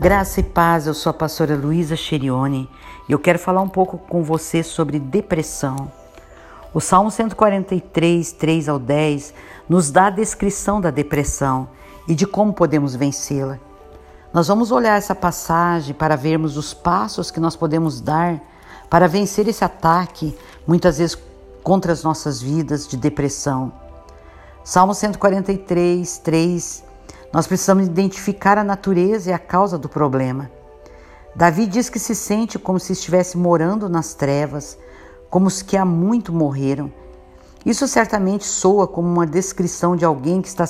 Graça e paz, eu sou a pastora Luísa Cherioni e eu quero falar um pouco com você sobre depressão. O Salmo 143, 3 ao 10, nos dá a descrição da depressão e de como podemos vencê-la. Nós vamos olhar essa passagem para vermos os passos que nós podemos dar para vencer esse ataque, muitas vezes contra as nossas vidas de depressão. Salmo 143, 3, nós precisamos identificar a natureza e a causa do problema. Davi diz que se sente como se estivesse morando nas trevas, como os que há muito morreram. Isso certamente soa como uma descrição de alguém que está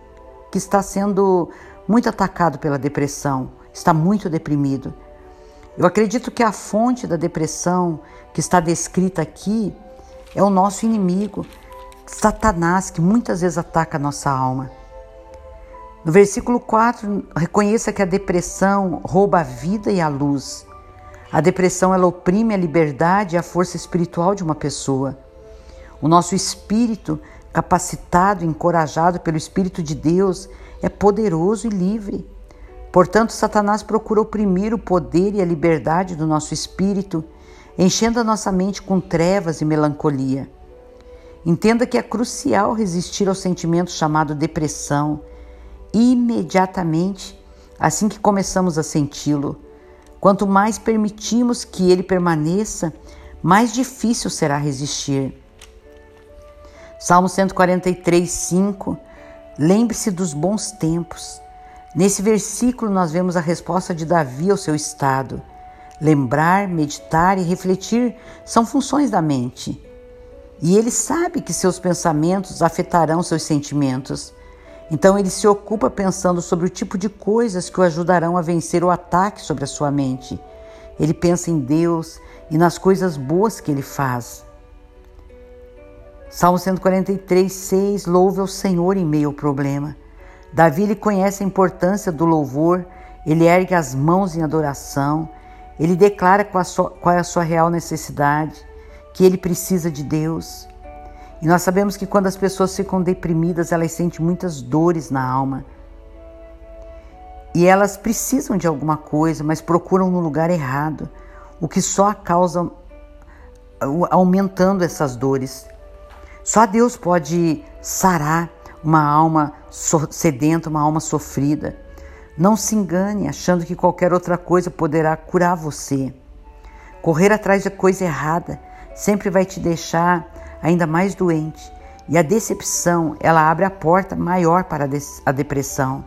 sendo muito atacado pela depressão, está muito deprimido. Eu acredito que a fonte da depressão que está descrita aqui é o nosso inimigo, Satanás, que muitas vezes ataca a nossa alma. No versículo 4, reconheça que a depressão rouba a vida e a luz. A depressão, ela oprime a liberdade e a força espiritual de uma pessoa. O nosso espírito, capacitado e encorajado pelo Espírito de Deus, é poderoso e livre. Portanto, Satanás procura oprimir o poder e a liberdade do nosso espírito, enchendo a nossa mente com trevas e melancolia. Entenda que é crucial resistir ao sentimento chamado depressão, imediatamente, assim que começamos a senti-lo. Quanto mais permitimos que ele permaneça, mais difícil será resistir. Salmo 143, 5. Lembre-se dos bons tempos. Nesse versículo nós vemos a resposta de Davi ao seu estado. Lembrar, meditar e refletir são funções da mente. E ele sabe que seus pensamentos afetarão seus sentimentos. Então ele se ocupa pensando sobre o tipo de coisas que o ajudarão a vencer o ataque sobre a sua mente. Ele pensa em Deus e nas coisas boas que ele faz. Salmo 143, 6, louve ao Senhor em meio ao problema. Davi, ele conhece a importância do louvor, ele ergue as mãos em adoração, ele declara qual é a sua real necessidade, que ele precisa de Deus. E nós sabemos que quando as pessoas ficam deprimidas, elas sentem muitas dores na alma. E elas precisam de alguma coisa, mas procuram no lugar errado, o que só causa aumentando essas dores. Só Deus pode sarar uma alma sedenta, uma alma sofrida. Não se engane achando que qualquer outra coisa poderá curar você. Correr atrás da coisa errada sempre vai te deixar ainda mais doente, e a decepção, ela abre a porta maior para a depressão.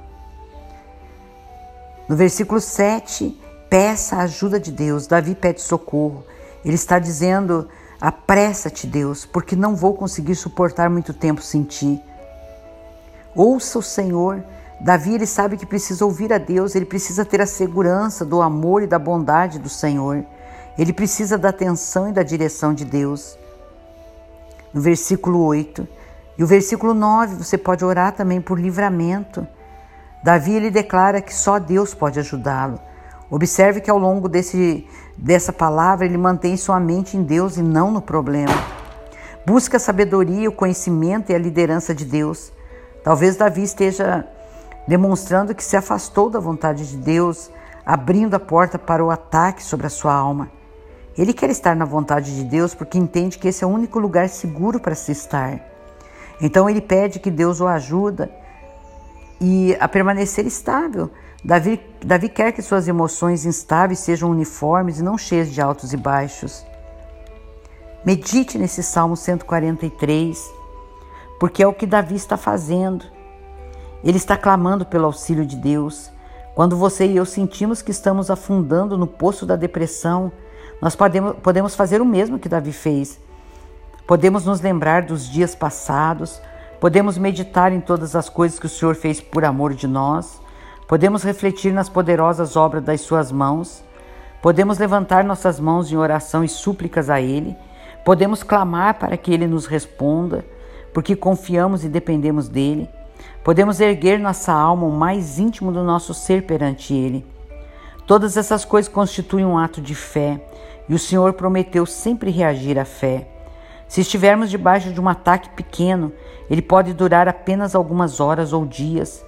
No versículo 7, peça a ajuda de Deus. Davi pede socorro. Ele está dizendo: apressa-te, Deus, porque não vou conseguir suportar muito tempo sem ti. Ouça o Senhor. Davi, ele sabe que precisa ouvir a Deus, ele precisa ter a segurança do amor e da bondade do Senhor. Ele precisa da atenção e da direção de Deus. No versículo 8 e o versículo 9, você pode orar também por livramento. Davi, ele declara que só Deus pode ajudá-lo. Observe que ao longo dessa palavra, ele mantém sua mente em Deus e não no problema. Busca a sabedoria, o conhecimento e a liderança de Deus. Talvez Davi esteja demonstrando que se afastou da vontade de Deus, abrindo a porta para o ataque sobre a sua alma. Ele quer estar na vontade de Deus porque entende que esse é o único lugar seguro para se estar. Então ele pede que Deus o ajude a permanecer estável. Davi quer que suas emoções instáveis sejam uniformes e não cheias de altos e baixos. Medite nesse Salmo 143, porque é o que Davi está fazendo. Ele está clamando pelo auxílio de Deus. Quando você e eu sentimos que estamos afundando no poço da depressão, nós podemos fazer o mesmo que Davi fez. Podemos nos lembrar dos dias passados, podemos meditar em todas as coisas que o Senhor fez por amor de nós, podemos refletir nas poderosas obras das suas mãos, podemos levantar nossas mãos em oração e súplicas a Ele, podemos clamar para que Ele nos responda, porque confiamos e dependemos dEle, podemos erguer nossa alma o mais íntimo do nosso ser perante Ele. Todas essas coisas constituem um ato de fé, e o Senhor prometeu sempre reagir à fé. Se estivermos debaixo de um ataque pequeno, ele pode durar apenas algumas horas ou dias,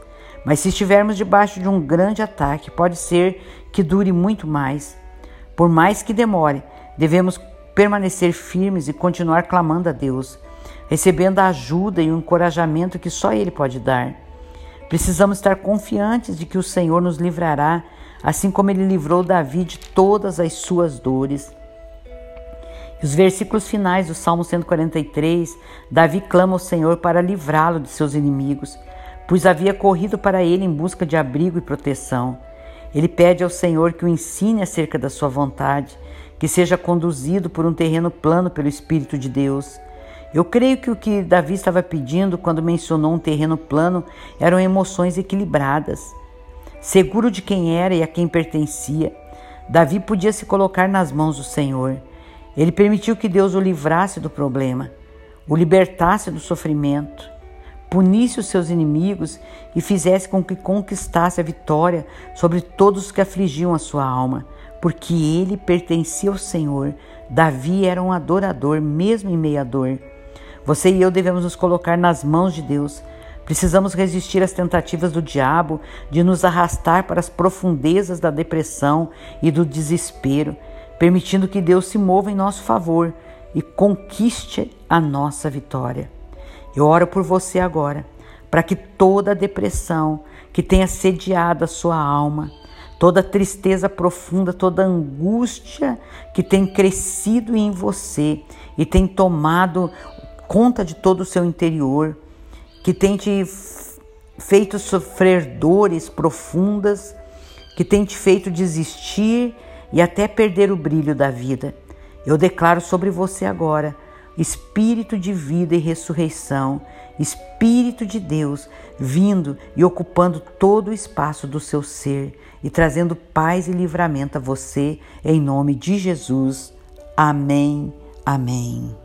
Mas se estivermos debaixo de um grande ataque, pode ser que dure muito mais. Por mais que demore, devemos permanecer firmes e continuar clamando a Deus, recebendo a ajuda e o encorajamento que só Ele pode dar. Precisamos estar confiantes de que o Senhor nos livrará, assim como Ele livrou Davi de todas as suas dores. E os versículos finais do Salmo 143, Davi clama ao Senhor para livrá-lo de seus inimigos, pois havia corrido para ele em busca de abrigo e proteção. Ele pede ao Senhor que o ensine acerca da sua vontade, que seja conduzido por um terreno plano pelo Espírito de Deus. Eu creio que o que Davi estava pedindo quando mencionou um terreno plano eram emoções equilibradas. Seguro de quem era e a quem pertencia, Davi podia se colocar nas mãos do Senhor. Ele permitiu que Deus o livrasse do problema, o libertasse do sofrimento, punisse os seus inimigos e fizesse com que conquistasse a vitória sobre todos os que afligiam a sua alma, porque ele pertencia ao Senhor. Davi era um adorador, mesmo em meio à dor. Você e eu devemos nos colocar nas mãos de Deus. Precisamos resistir às tentativas do diabo de nos arrastar para as profundezas da depressão e do desespero, permitindo que Deus se mova em nosso favor e conquiste a nossa vitória. Eu oro por você agora, para que toda a depressão que tenha sediado a sua alma, toda a tristeza profunda, toda a angústia que tem crescido em você e tem tomado conta de todo o seu interior, que tem te feito sofrer dores profundas, que tem te feito desistir e até perder o brilho da vida. Eu declaro sobre você agora Espírito de vida e ressurreição, Espírito de Deus vindo e ocupando todo o espaço do seu ser e trazendo paz e livramento a você, em nome de Jesus. Amém. Amém.